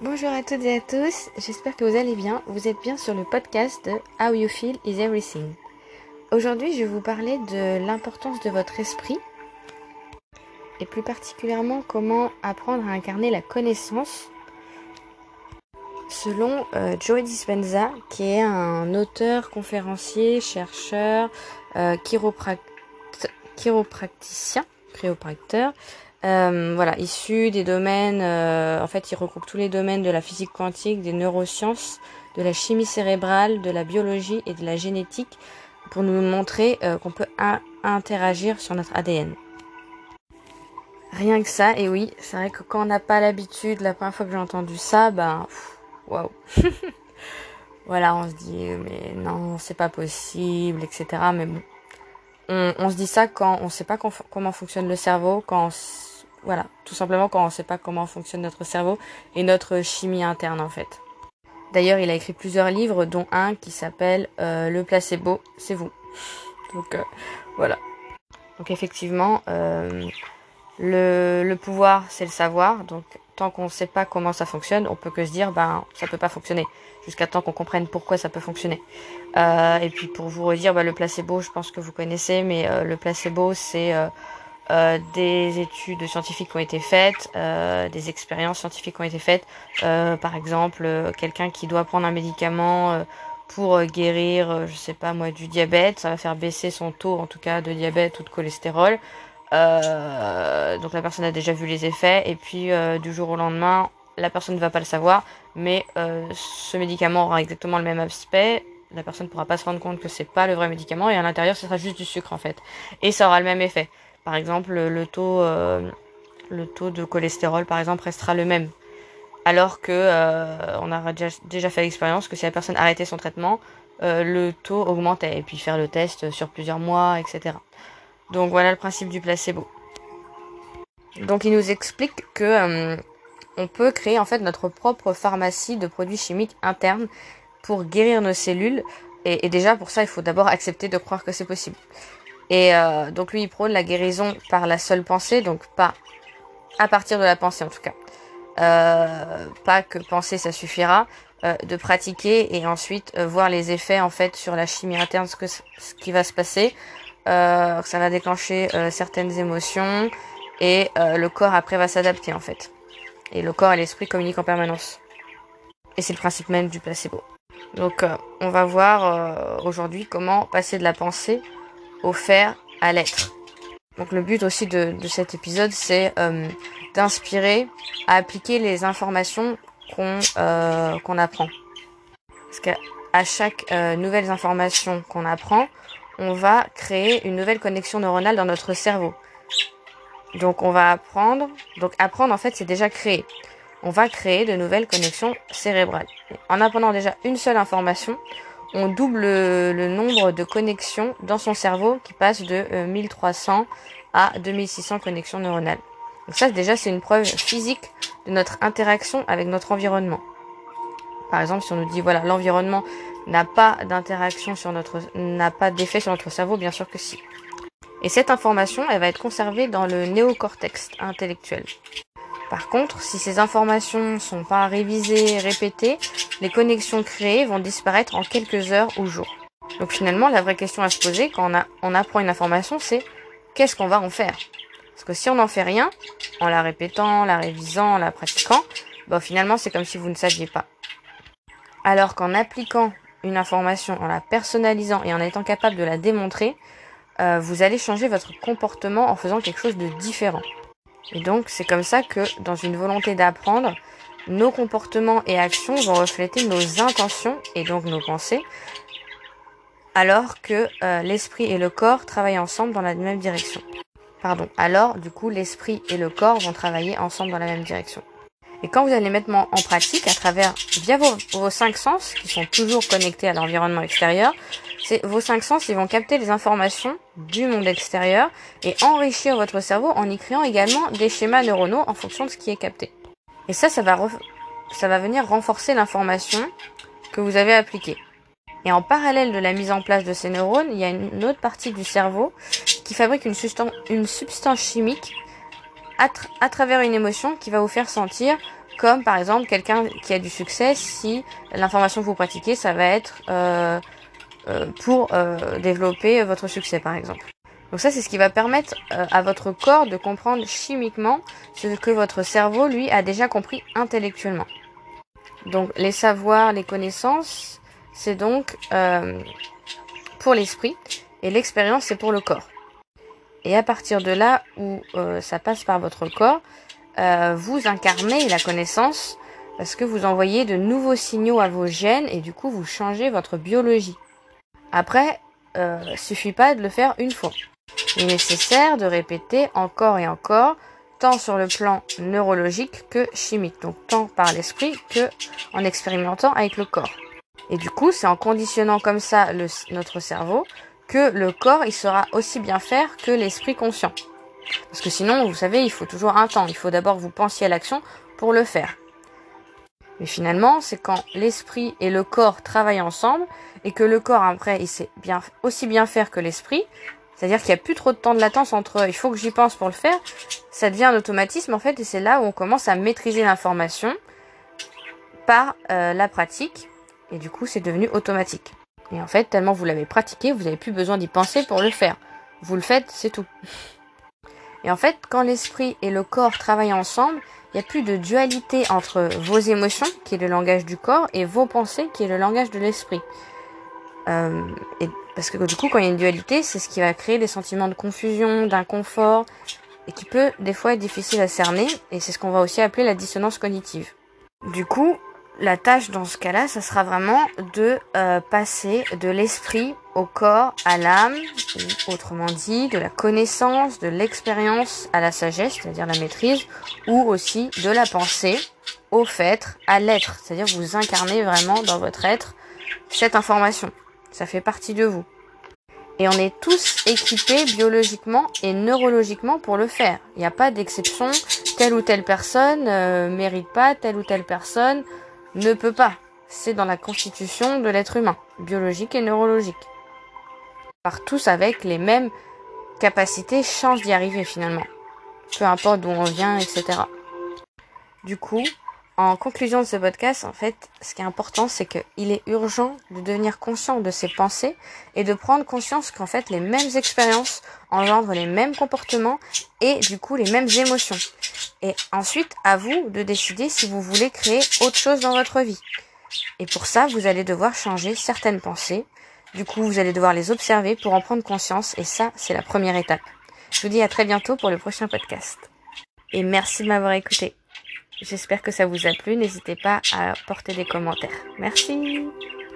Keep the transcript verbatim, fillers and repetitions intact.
Bonjour à toutes et à tous, j'espère que vous allez bien. Vous êtes bien sur le podcast de How You Feel is Everything. Aujourd'hui, je vais vous parler de l'importance de votre esprit et plus particulièrement comment apprendre à incarner la connaissance selon euh, Joe Dispenza, qui est un auteur, conférencier, chercheur, euh, chiropract- chiropracticien, chiropracteur, Euh, voilà, issu des domaines, euh, en fait, il regroupe tous les domaines de la physique quantique, des neurosciences, de la chimie cérébrale, de la biologie et de la génétique, pour nous montrer euh, qu'on peut in- interagir sur notre A D N. Rien que ça, et oui, c'est vrai que quand on n'a pas l'habitude, la première fois que j'ai entendu ça, ben, waouh. Voilà, on se dit, mais non, c'est pas possible, et cetera. Mais bon, on, on se dit ça quand on sait pas conf- comment fonctionne le cerveau, quand on s- voilà, tout simplement quand on sait pas comment fonctionne notre cerveau et notre chimie interne en fait. D'ailleurs, il a écrit plusieurs livres, dont un qui s'appelle euh, Le placebo, c'est vous. Donc euh, voilà. Donc effectivement, euh, le, le pouvoir, c'est le savoir. Donc tant qu'on ne sait pas comment ça fonctionne, on peut que se dire, ben ça peut pas fonctionner. Jusqu'à temps qu'on comprenne pourquoi ça peut fonctionner. Euh, et puis pour vous redire, bah, le placebo, je pense que vous connaissez, mais euh, le placebo, c'est euh, Euh, des études scientifiques qui ont été faites, euh, des expériences scientifiques qui ont été faites. Euh, par exemple, euh, quelqu'un qui doit prendre un médicament euh, pour euh, guérir, euh, je sais pas moi, du diabète, ça va faire baisser son taux, en tout cas, de diabète ou de cholestérol. Euh, donc la personne a déjà vu les effets, et puis euh, du jour au lendemain, la personne ne va pas le savoir, mais euh, ce médicament aura exactement le même aspect. La personne ne pourra pas se rendre compte que c'est pas le vrai médicament, et à l'intérieur, ce sera juste du sucre en fait, et ça aura le même effet. Par exemple, le taux, euh, le taux de cholestérol, par exemple, restera le même. Alors que euh, on a déjà, déjà fait l'expérience que si la personne arrêtait son traitement, euh, le taux augmentait. Et puis faire le test sur plusieurs mois, et cetera. Donc voilà le principe du placebo. Donc il nous explique que euh, on peut créer en fait notre propre pharmacie de produits chimiques internes pour guérir nos cellules. Et, et déjà pour ça, il faut d'abord accepter de croire que c'est possible. Et euh, donc lui, il prône la guérison par la seule pensée, donc pas à partir de la pensée en tout cas. Euh, pas que penser ça suffira, euh, de pratiquer et ensuite euh, voir les effets en fait sur la chimie interne, ce, que, ce qui va se passer. Euh, ça va déclencher euh, certaines émotions et euh, le corps après va s'adapter en fait. Et le corps et l'esprit communiquent en permanence. Et c'est le principe même du placebo. Donc euh, on va voir euh, aujourd'hui comment passer de la pensée au faire à l'être. Donc le but aussi de, de cet épisode, c'est euh, d'inspirer à appliquer les informations qu'on euh, qu'on apprend. Parce qu'à chaque euh, nouvelle information qu'on apprend, on va créer une nouvelle connexion neuronale dans notre cerveau. Donc on va apprendre, donc apprendre en fait c'est déjà créer. On va créer de nouvelles connexions cérébrales. En apprenant déjà une seule information, on double le, le nombre de connexions dans son cerveau qui passe de euh, mille trois cents à deux mille six cents connexions neuronales. Donc ça déjà c'est une preuve physique de notre interaction avec notre environnement. Par exemple, si on nous dit voilà, l'environnement n'a pas d'interaction sur notre n'a pas d'effet sur notre cerveau, bien sûr que si. Et cette information, elle va être conservée dans le néocortex intellectuel. Par contre, si ces informations ne sont pas révisées, répétées, les connexions créées vont disparaître en quelques heures ou jours. Donc finalement, la vraie question à se poser quand on, a, on apprend une information, c'est qu'est-ce qu'on va en faire? Parce que si on n'en fait rien, en la répétant, la révisant, en la pratiquant, bah finalement c'est comme si vous ne saviez pas. Alors qu'en appliquant une information, en la personnalisant et en étant capable de la démontrer, euh, vous allez changer votre comportement en faisant quelque chose de différent. Et donc, c'est comme ça que, dans une volonté d'apprendre, nos comportements et actions vont refléter nos intentions et donc nos pensées, alors que euh, l'esprit et le corps travaillent ensemble dans la même direction. Pardon. Alors, du coup, l'esprit et le corps vont travailler ensemble dans la même direction. Et quand vous allez mettre en pratique, à travers, via vos, vos cinq sens, qui sont toujours connectés à l'environnement extérieur, c'est vos cinq sens, ils vont capter les informations du monde extérieur et enrichir votre cerveau en y créant également des schémas neuronaux en fonction de ce qui est capté. Et ça, ça va, ref... ça va venir renforcer l'information que vous avez appliquée. Et en parallèle de la mise en place de ces neurones, il y a une autre partie du cerveau qui fabrique une, sustan... une substance chimique à, tra- à travers une émotion qui va vous faire sentir comme par exemple quelqu'un qui a du succès, si l'information que vous pratiquez, ça va être euh, euh, pour euh, développer votre succès par exemple. Donc ça, c'est ce qui va permettre euh, à votre corps de comprendre chimiquement ce que votre cerveau, lui, a déjà compris intellectuellement. Donc les savoirs, les connaissances, c'est donc euh, pour l'esprit, et l'expérience, c'est pour le corps. Et à partir de là où euh, ça passe par votre corps, euh, vous incarnez la connaissance parce que vous envoyez de nouveaux signaux à vos gènes et du coup vous changez votre biologie. Après, euh, suffit pas de le faire une fois. Il est nécessaire de répéter encore et encore, tant sur le plan neurologique que chimique, donc tant par l'esprit que en expérimentant avec le corps. Et du coup, c'est en conditionnant comme ça le, notre cerveau que le corps il saura aussi bien faire que l'esprit conscient. Parce que sinon, vous savez, il faut toujours un temps. Il faut d'abord que vous pensiez à l'action pour le faire. Mais finalement, c'est quand l'esprit et le corps travaillent ensemble et que le corps, après, il sait bien, aussi bien faire que l'esprit. C'est-à-dire qu'il n'y a plus trop de temps de latence entre « il faut que j'y pense pour le faire ». Ça devient un automatisme, en fait, et c'est là où on commence à maîtriser l'information par euh, la pratique. Et du coup, c'est devenu automatique. Et en fait, tellement vous l'avez pratiqué, vous n'avez plus besoin d'y penser pour le faire. Vous le faites, c'est tout. Et en fait, quand l'esprit et le corps travaillent ensemble, il n'y a plus de dualité entre vos émotions, qui est le langage du corps, et vos pensées, qui est le langage de l'esprit. Euh, et parce que du coup, quand il y a une dualité, c'est ce qui va créer des sentiments de confusion, d'inconfort, et qui peut des fois être difficile à cerner, et c'est ce qu'on va aussi appeler la dissonance cognitive. Du coup, la tâche dans ce cas-là, ça sera vraiment de euh, passer de l'esprit au corps, à l'âme, ou autrement dit, de la connaissance, de l'expérience à la sagesse, c'est-à-dire la maîtrise, ou aussi de la pensée au fait, à l'être, c'est-à-dire vous incarnez vraiment dans votre être cette information. Ça fait partie de vous. Et on est tous équipés biologiquement et neurologiquement pour le faire. Il n'y a pas d'exception. Telle ou telle personne euh, mérite pas, telle ou telle personne ne peut pas. C'est dans la constitution de l'être humain, biologique et neurologique. Par tous avec les mêmes capacités, chance d'y arriver finalement. Peu importe d'où on vient, et cetera. Du coup, en conclusion de ce podcast, en fait, ce qui est important, c'est qu'il est urgent de devenir conscient de ses pensées et de prendre conscience qu'en fait, les mêmes expériences engendrent les mêmes comportements et du coup les mêmes émotions. Et ensuite, à vous de décider si vous voulez créer autre chose dans votre vie. Et pour ça, vous allez devoir changer certaines pensées. Du coup, vous allez devoir les observer pour en prendre conscience et ça, c'est la première étape. Je vous dis à très bientôt pour le prochain podcast. Et merci de m'avoir écouté. J'espère que ça vous a plu. N'hésitez pas à porter des commentaires. Merci.